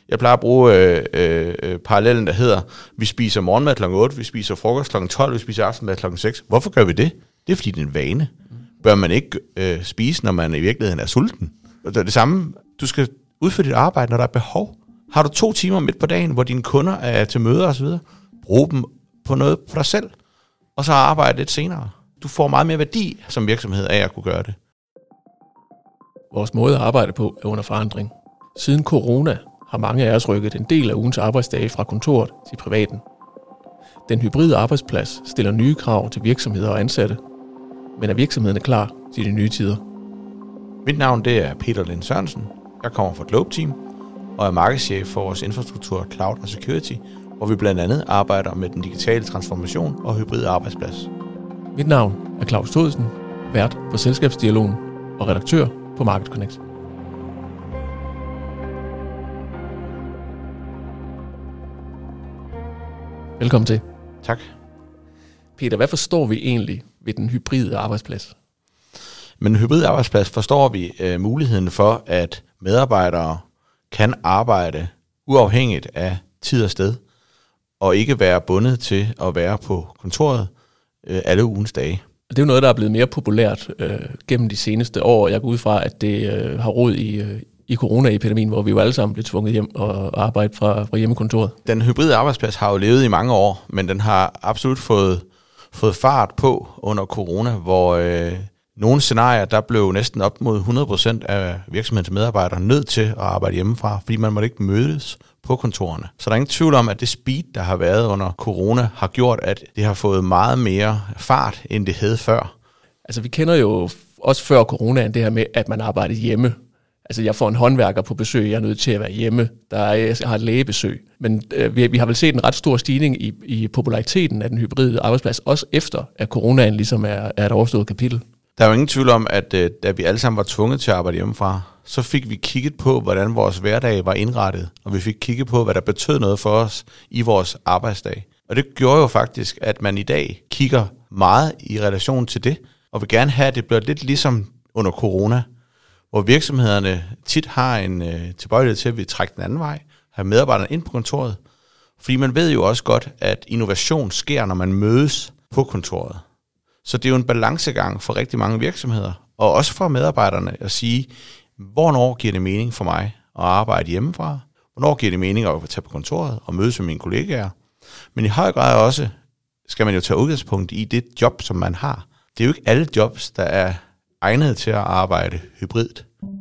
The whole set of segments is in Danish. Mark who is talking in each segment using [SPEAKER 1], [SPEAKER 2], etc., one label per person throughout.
[SPEAKER 1] Jeg plejer at bruge parallellen, der hedder, vi spiser morgenmad kl. 8, vi spiser frokost kl. 12, vi spiser aftenmad kl. 6. Hvorfor gør vi det? Det er fordi, det er en vane. Bør man ikke spise, når man i virkeligheden er sulten? Og det er det samme. Du skal udføre dit arbejde, når der er behov. Har du 2 timer midt på dagen, hvor dine kunder er til møder osv., brug dem på noget på dig selv, og så arbejde lidt senere. Du får meget mere værdi som virksomhed af at kunne gøre det.
[SPEAKER 2] Vores måde at arbejde på er under forandring. Siden corona har mange af os rykket en del af ugens arbejdsdage fra kontoret til privaten. Den hybride arbejdsplads stiller nye krav til virksomheder og ansatte, men er virksomhederne klar til de nye tider?
[SPEAKER 1] Mit navn det er Peter Lind Sørensen. Jeg kommer fra Globe Team og er markedschef for vores infrastruktur, cloud og security, hvor vi blandt andet arbejder med den digitale transformation og hybride arbejdsplads.
[SPEAKER 2] Mit navn er Claus Thodesen, vært på Selskabsdialogen og redaktør på Market Connect. Velkommen til.
[SPEAKER 1] Tak.
[SPEAKER 2] Peter, hvad forstår vi egentlig ved den hybride arbejdsplads?
[SPEAKER 1] Men en hybrid arbejdsplads forstår vi muligheden for, at medarbejdere kan arbejde uafhængigt af tid og sted, og ikke være bundet til at være på kontoret alle ugens dage.
[SPEAKER 2] Det er jo noget, der er blevet mere populært gennem de seneste år. Jeg går ud fra, at det har rod i coronaepidemien, hvor vi jo alle sammen blev tvunget hjem og arbejde fra hjemmekontoret. Den
[SPEAKER 1] hybride arbejdsplads har jo levet i mange år, men den har absolut fået fart på under corona, hvor nogle scenarier, der blev næsten op mod 100% af virksomhedens medarbejdere nødt til at arbejde hjemmefra, fordi man måtte ikke mødes på kontorerne. Så der er ingen tvivl om, at det speed, der har været under corona, har gjort, at det har fået meget mere fart, end det havde før.
[SPEAKER 2] Altså vi kender jo også før coronaen det her med, at man arbejdede hjemme. Altså jeg får en håndværker på besøg, jeg er nødt til at være hjemme. Jeg har et lægebesøg. Men vi har vel set en ret stor stigning i populariteten af den hybride arbejdsplads, også efter at coronaen ligesom er et overstået kapitel.
[SPEAKER 1] Der er jo ingen tvivl om, at da vi alle sammen var tvunget til at arbejde hjemmefra, så fik vi kigget på, hvordan vores hverdag var indrettet, og vi fik kigget på, hvad der betød noget for os i vores arbejdsdag. Og det gjorde jo faktisk, at man i dag kigger meget i relation til det, og vil gerne have, at det bliver lidt ligesom under corona, hvor virksomhederne tit har en tilbøjelighed til, at vi trækker den anden vej, have medarbejderne ind på kontoret, fordi man ved jo også godt, at innovation sker, når man mødes på kontoret. Så det er jo en balancegang for rigtig mange virksomheder, og også for medarbejderne at sige, hvornår giver det mening for mig at arbejde hjemmefra? Hvornår giver det mening at tage på kontoret og mødes med mine kollegaer? Men i høj grad også skal man jo tage udgangspunkt i det job, som man har. Det er jo ikke alle jobs, der er egnet til at arbejde hybridt.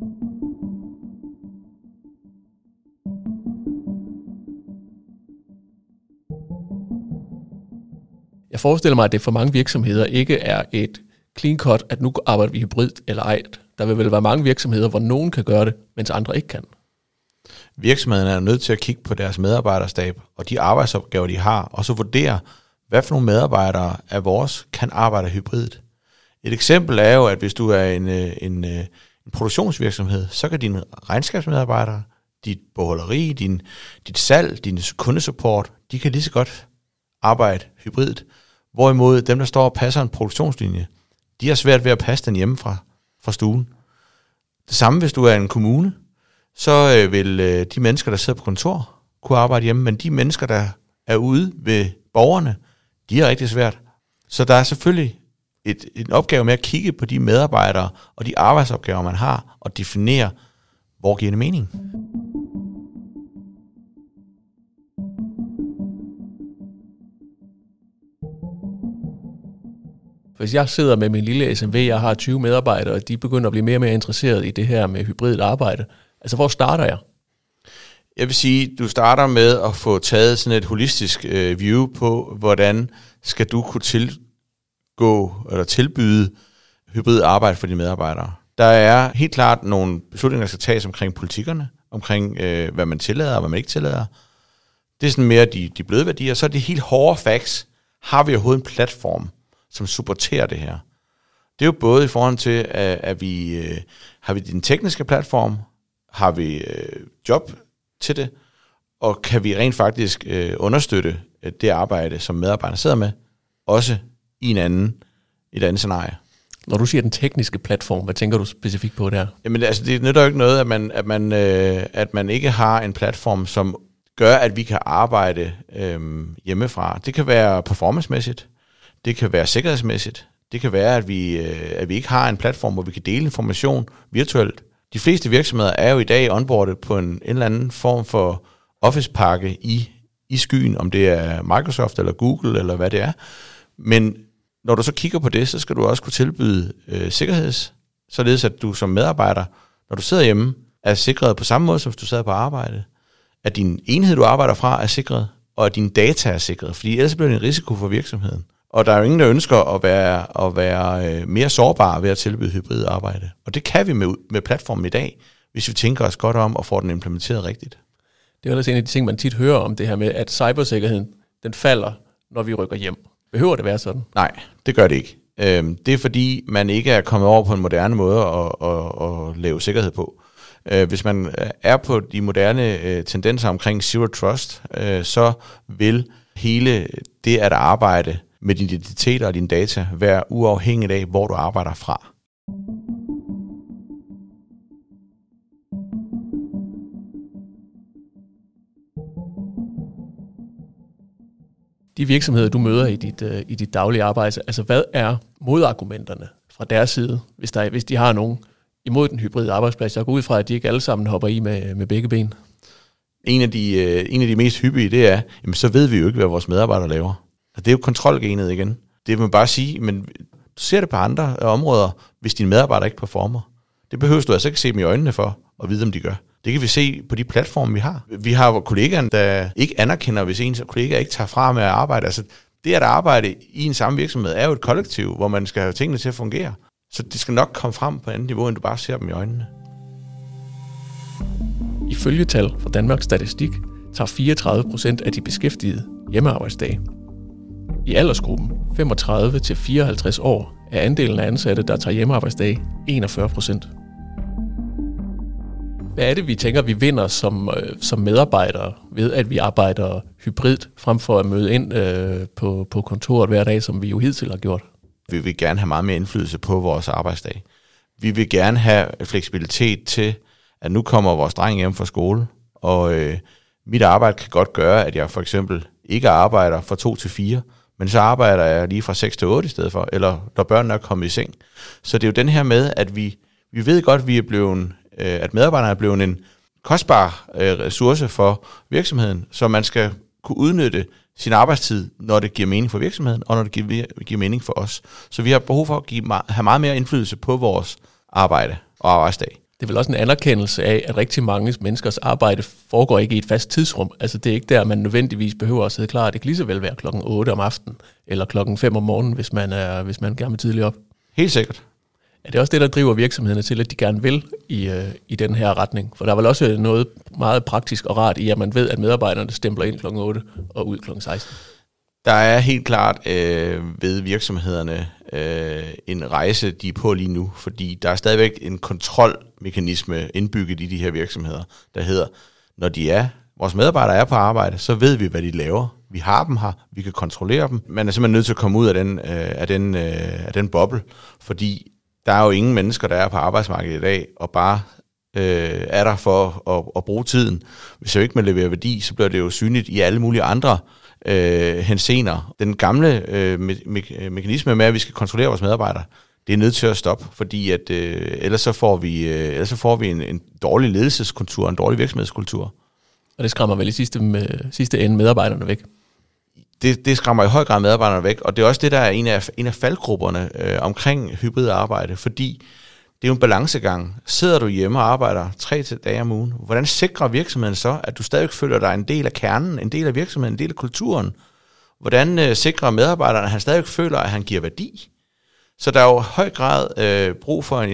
[SPEAKER 2] Jeg forestiller mig, at det for mange virksomheder ikke er et clean cut, at nu arbejder vi hybrid eller ej. Der vil vel være mange virksomheder, hvor nogen kan gøre det, mens andre ikke kan.
[SPEAKER 1] Virksomhederne er nødt til at kigge på deres medarbejderstab og de arbejdsopgaver, de har, og så vurdere, hvad for nogle medarbejdere af vores kan arbejde hybridt. Et eksempel er jo, at hvis du er en produktionsvirksomhed, så kan dine regnskabsmedarbejdere, dit bogholderi, dit salg, din kundesupport, de kan lige så godt arbejde hybridt. Hvorimod dem, der står og passer en produktionslinje, de har svært ved at passe den hjemme fra stuen. Det samme, hvis du er en kommune, så vil de mennesker, der sidder på kontor, kunne arbejde hjemme, men de mennesker, der er ude ved borgerne, de har rigtig svært. Så der er selvfølgelig en opgave med at kigge på de medarbejdere og de arbejdsopgaver, man har, og definere, hvor giver det mening.
[SPEAKER 2] Hvis jeg sidder med min lille SMV, jeg har 20 medarbejdere, og de begynder at blive mere og mere interesseret i det her med hybridt arbejde. Altså, hvor starter jeg?
[SPEAKER 1] Jeg vil sige, du starter med at få taget sådan et holistisk view på, hvordan skal du kunne tilbyde hybrid arbejde for dine medarbejdere. Der er helt klart nogle beslutninger, der skal tages omkring politikkerne, omkring hvad man tillader og hvad man ikke tillader. Det er sådan mere de bløde værdier. Så er det helt hårde facts. Har vi overhovedet en platform, som supporterer det her? Det er jo både i forhold til, at vi har vi den tekniske platform, har vi job til det, og kan vi rent faktisk understøtte det arbejde, som medarbejderne sidder med, også i et andet scenarie.
[SPEAKER 2] Når du siger den tekniske platform, hvad tænker du specifikt på der?
[SPEAKER 1] Jamen altså, det nytter jo ikke noget, at man ikke har en platform, som gør, at vi kan arbejde hjemmefra. Det kan være performancemæssigt, det kan være sikkerhedsmæssigt, det kan være, at vi ikke har en platform, hvor vi kan dele information virtuelt. De fleste virksomheder er jo i dag onboardet på en eller anden form for Office-pakke i skyen, om det er Microsoft eller Google eller hvad det er. Men når du så kigger på det, så skal du også kunne tilbyde sikkerheds, således at du som medarbejder, når du sidder hjemme, er sikret på samme måde, som hvis du sidder på arbejde. At din enhed, du arbejder fra, er sikret, og at dine data er sikret, fordi ellers bliver det en risiko for virksomheden. Og der er jo ingen, der ønsker at være mere sårbare ved at tilbyde hybrid arbejde. Og det kan vi med platformen i dag, hvis vi tænker os godt om og får den implementeret rigtigt.
[SPEAKER 2] Det er også en af de ting, man tit hører om det her med, at cybersikkerheden, den falder, når vi rykker hjem. Behøver det være sådan?
[SPEAKER 1] Nej, det gør det ikke. Det er fordi, man ikke er kommet over på en moderne måde at lave sikkerhed på. Hvis man er på de moderne tendenser omkring Zero Trust, så vil hele det at arbejde med din identitet og dine data være uafhængigt af, hvor du arbejder fra.
[SPEAKER 2] De virksomheder, du møder i dit daglige arbejde, altså hvad er modargumenterne fra deres side, hvis de har nogen imod den hybride arbejdsplads? Jeg går ud fra, at de ikke alle sammen hopper i med begge ben.
[SPEAKER 1] En af de mest hyppige, det er, jamen, så ved vi jo ikke, hvad vores medarbejdere laver. Og det er jo kontrolgenet igen. Det vil man bare sige, men du ser det på andre områder, hvis dine medarbejdere ikke performer. Det behøver du altså ikke se dem i øjnene for at vide, om de gør. Det kan vi se på de platforme, vi har. Vi har kollegaer, der ikke anerkender, hvis ens kollega ikke tager fra med at arbejde. Altså, det at arbejde i en samme virksomhed er jo et kollektiv, hvor man skal have tingene til at fungere. Så det skal nok komme frem på et andet niveau, end du bare ser dem i øjnene.
[SPEAKER 2] Ifølge tal fra Danmarks Statistik tager 34% af de beskæftigede hjemmearbejdsdage. I aldersgruppen 35-54 år er andelen af ansatte, der tager hjemmearbejdsdage, 41%. Hvad er det, vi tænker, vi vinder som medarbejdere ved, at vi arbejder hybrid, frem for at møde ind på kontoret hver dag, som vi jo hidtil har gjort?
[SPEAKER 1] Vi vil gerne have meget mere indflydelse på vores arbejdsdag. Vi vil gerne have fleksibilitet til, at nu kommer vores dreng hjem fra skole, og mit arbejde kan godt gøre, at jeg for eksempel ikke arbejder fra 2 til 4, men så arbejder jeg lige fra 6 til 8 i stedet for, eller når børnene er kommet i seng. Så det er jo den her med, at vi ved godt, at medarbejderne er blevet en kostbar ressource for virksomheden, så man skal kunne udnytte sin arbejdstid, når det giver mening for virksomheden, og når det giver mening for os. Så vi har behov for at have meget mere indflydelse på vores arbejde og arbejdsdag.
[SPEAKER 2] Det er vel også en anerkendelse af, at rigtig mange menneskers arbejde foregår ikke i et fast tidsrum. Altså det er ikke der, man nødvendigvis behøver at sidde klar. Det kan lige så vel være klokken 8 om aftenen, eller klokken 5 om morgenen, hvis man gerne vil tidligt op.
[SPEAKER 1] Helt sikkert.
[SPEAKER 2] Er det også det, der driver virksomhederne til, at de gerne vil i den her retning? For der er vel også noget meget praktisk og rart i, at man ved, at medarbejderne stempler ind klokken 8 og ud klokken 16.
[SPEAKER 1] Der er helt klart ved virksomhederne en rejse, de er på lige nu, fordi der er stadigvæk en kontrolmekanisme indbygget i de her virksomheder, der hedder, når vores medarbejdere er på arbejde, så ved vi, hvad de laver. Vi har dem her, vi kan kontrollere dem. Man er simpelthen nødt til at komme ud af den boble, fordi der er jo ingen mennesker, der er på arbejdsmarkedet i dag, og bare er der for at bruge tiden. Hvis jeg ikke man leverer værdi, så bliver det jo synligt i alle mulige andre henseender. Den gamle mekanisme med, at vi skal kontrollere vores medarbejdere, det er nødt til at stoppe, fordi at, ellers så får vi en dårlig ledelseskultur, en dårlig virksomhedskultur.
[SPEAKER 2] Og det skræmmer vel i sidste ende medarbejderne væk?
[SPEAKER 1] Det skræmmer i høj grad medarbejderne væk, og det er også det, der er en af faldgrupperne omkring hybrid arbejde, fordi det er jo en balancegang. Sidder du hjemme og arbejder 3 dage om ugen, hvordan sikrer virksomheden så, at du stadig føler dig en del af kernen, en del af virksomheden, en del af kulturen? Hvordan sikrer medarbejderne, at han stadig føler, at han giver værdi? Så der er jo i høj grad brug for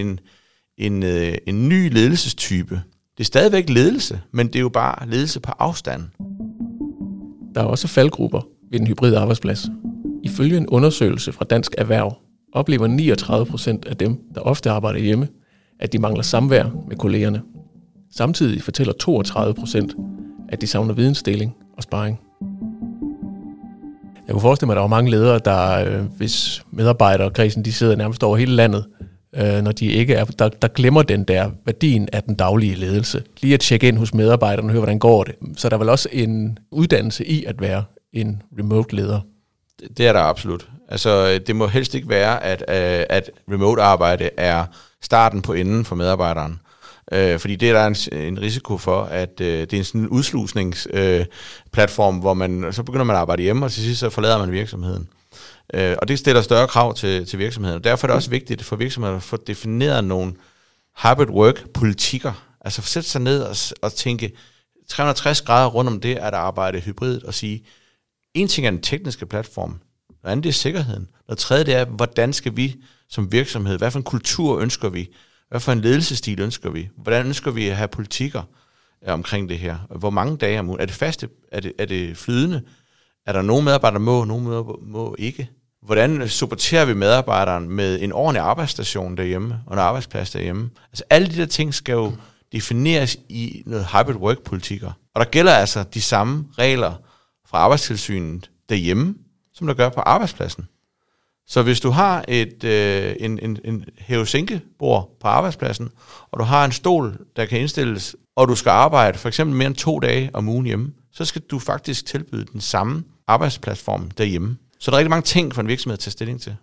[SPEAKER 1] en ny ledelsestype. Det er stadigvæk ledelse, men det er jo bare ledelse på afstand.
[SPEAKER 2] Der er også faldgrupper ved den hybride arbejdsplads. Ifølge en undersøgelse fra Dansk Erhverv oplever 39% af dem, der ofte arbejder hjemme, at de mangler samvær med kollegerne. Samtidig fortæller 32%, at de savner vidensdeling og sparring. Jeg Jeg kunne forestille mig, at der var mange ledere, der, hvis medarbejderkredsen de sidder nærmest over hele landet, når de ikke er, der glemmer den der værdien af den daglige ledelse. Lige at tjekke ind hos medarbejderne og høre, hvordan går det. Så der er vel også en uddannelse i at være en remote leder.
[SPEAKER 1] Det er der absolut. Altså, det må helst ikke være, at remote arbejde er starten på enden for medarbejderen. Fordi det er der en risiko for, at det er en sådan en udslusningsplatform, hvor så begynder man at arbejde hjemme, og til sidst så forlader man virksomheden. Og det stiller større krav til virksomheden. Og derfor er det også vigtigt for virksomheden at få defineret nogle hybrid work-politikker. Altså sætte sig ned og tænke 360 grader rundt om det, at arbejde hybridt, og sige, en ting er den tekniske platform, noget andet det er sikkerheden. Noget tredje det er, hvordan skal vi som virksomhed, hvad for en kultur ønsker vi, hvad for en ledelsesstil ønsker vi, hvordan ønsker vi at have politikker omkring det her, hvor mange dage om ugen, er det faste, er det flydende, er der nogle medarbejdere må, nogle må ikke, hvordan supporterer vi medarbejderen med en ordentlig arbejdsstation derhjemme, og en arbejdsplads derhjemme, altså alle de der ting skal jo defineres i noget hybrid work-politikker, og der gælder altså de samme regler fra Arbejdstilsynet derhjemme, som der gør på arbejdspladsen. Så hvis du har en hæve-sænke-bord på arbejdspladsen, og du har en stol, der kan indstilles, og du skal arbejde for eksempel mere end 2 dage om ugen hjemme, så skal du faktisk tilbyde den samme arbejdsplatform derhjemme. Så der er rigtig mange ting for en virksomhed at tage stilling til.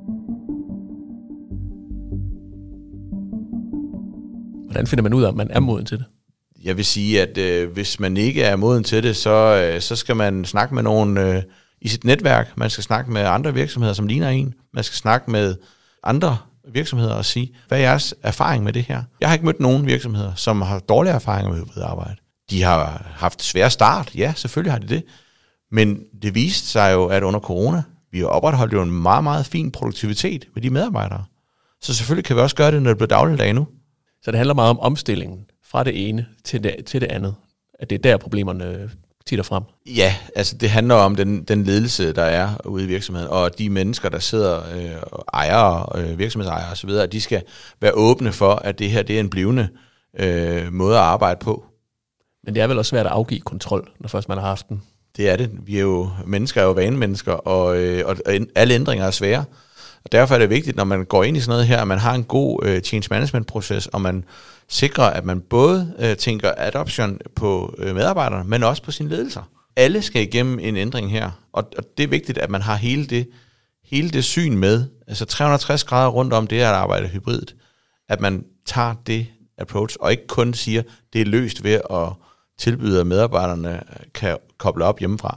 [SPEAKER 2] Hvordan finder man ud af, om man er moden til det?
[SPEAKER 1] Jeg vil sige, at hvis man ikke er moden til det, så skal man snakke med nogen i sit netværk. Man skal snakke med andre virksomheder, som ligner en. Man skal snakke med andre virksomheder og sige, hvad er jeres erfaring med det her? Jeg har ikke mødt nogen virksomheder, som har dårlige erfaringer med hybrid arbejde. De har haft svær start. Ja, selvfølgelig har de det. Men det viste sig jo, at under corona, vi har opretholdt jo en meget, meget fin produktivitet med de medarbejdere. Så selvfølgelig kan vi også gøre det, når det bliver dagligdag nu.
[SPEAKER 2] Så det handler meget om omstillingen fra det ene til det andet. At det er der problemerne titter frem.
[SPEAKER 1] Ja, altså det handler om den ledelse, der er ude i virksomheden, og de mennesker, der sidder ejere, virksomhedsejere osv., at de skal være åbne for, at det her det er en blivende måde at arbejde på.
[SPEAKER 2] Men det er vel også svært at afgive kontrol, når først man har haft den.
[SPEAKER 1] Det er det. Vi er jo vanemennesker, og alle ændringer er svære. Og derfor er det vigtigt, når man går ind i sådan noget her, at man har en god change management proces, og man sikrer, at man både tænker adoption på medarbejderne, men også på sine ledelser. Alle skal igennem en ændring her, og det er vigtigt, at man har hele det syn med, altså 360 grader rundt om det at arbejde hybridt, at man tager det approach, og ikke kun siger, det er løst ved at tilbyde, at medarbejderne kan koble op hjemmefra.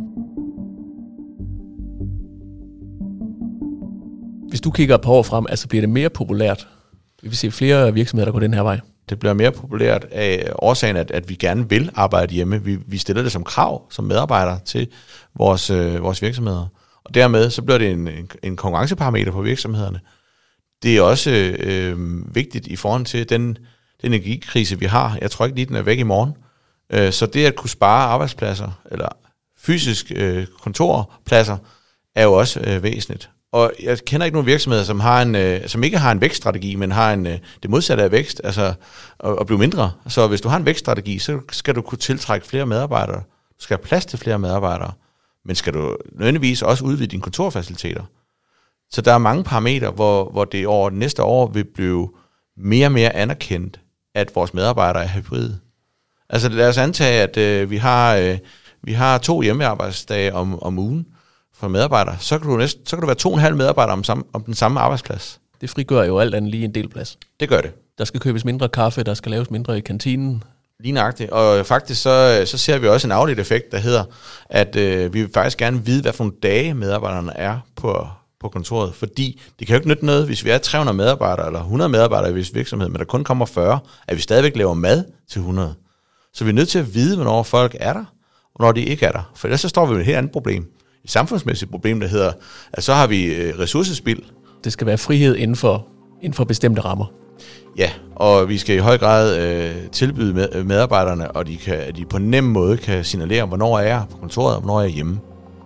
[SPEAKER 2] Hvis du kigger et par år frem, altså bliver det mere populært? Vi vil se flere virksomheder, der går den her vej.
[SPEAKER 1] Det bliver mere populært af årsagen, at vi gerne vil arbejde hjemme. Vi stiller det som krav som medarbejdere til vores virksomheder. Og dermed så bliver det en konkurrenceparameter på virksomhederne. Det er også vigtigt i forhold til den energikrise, vi har. Jeg tror ikke lige, den er væk i morgen. Så det at kunne spare arbejdspladser, eller fysisk kontorpladser, er jo også væsentligt. Og jeg kender ikke nogen virksomheder, som ikke har en vækststrategi, men har det modsatte af vækst, altså at blive mindre. Så hvis du har en vækststrategi, så skal du kunne tiltrække flere medarbejdere. Du skal have plads til flere medarbejdere, men skal du nødvendigvis også udvide dine kontorfaciliteter. Så der er mange parametre, hvor det over det næste år vil blive mere og mere anerkendt, at vores medarbejdere er hybride. Altså lad os antage, at vi har 2 hjemmearbejdsdage om ugen for medarbejdere, så kan du være 2,5 medarbejdere om den samme arbejdsplads.
[SPEAKER 2] Det frigør jo alt andet lige en del plads.
[SPEAKER 1] Det gør det.
[SPEAKER 2] Der skal købes mindre kaffe, der skal laves mindre i kantinen.
[SPEAKER 1] Lige nøjagtigt. Og faktisk så ser vi også en afledt effekt, der hedder, at vi vil faktisk gerne vide, hvad for nogle dage medarbejderne er på kontoret. Fordi det kan jo ikke nytte noget, hvis vi er 300 medarbejdere eller 100 medarbejdere i vores virksomhed, men der kun kommer 40, at vi stadigvæk laver mad til 100. Så vi er nødt til at vide, hvornår folk er der, og når de ikke er der. For ellers så står vi med et helt andet problem. Et samfundsmæssigt problem, der hedder, at så har vi ressourcespild.
[SPEAKER 2] Det skal være frihed inden for bestemte rammer.
[SPEAKER 1] Ja, og vi skal i høj grad tilbyde medarbejderne, og de på en nem måde kan signalere, hvornår er jeg på kontoret, og hvornår er jeg hjemme.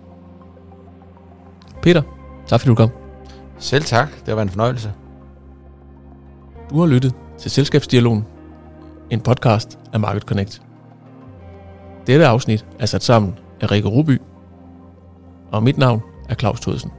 [SPEAKER 2] Peter, tak fordi du kom.
[SPEAKER 1] Selv tak, det har været en fornøjelse.
[SPEAKER 2] Du har lyttet til Selskabsdialogen, en podcast af Market Connect. Dette afsnit er sat sammen af Rikke Ruby. Og mit navn er Claus Thudsen.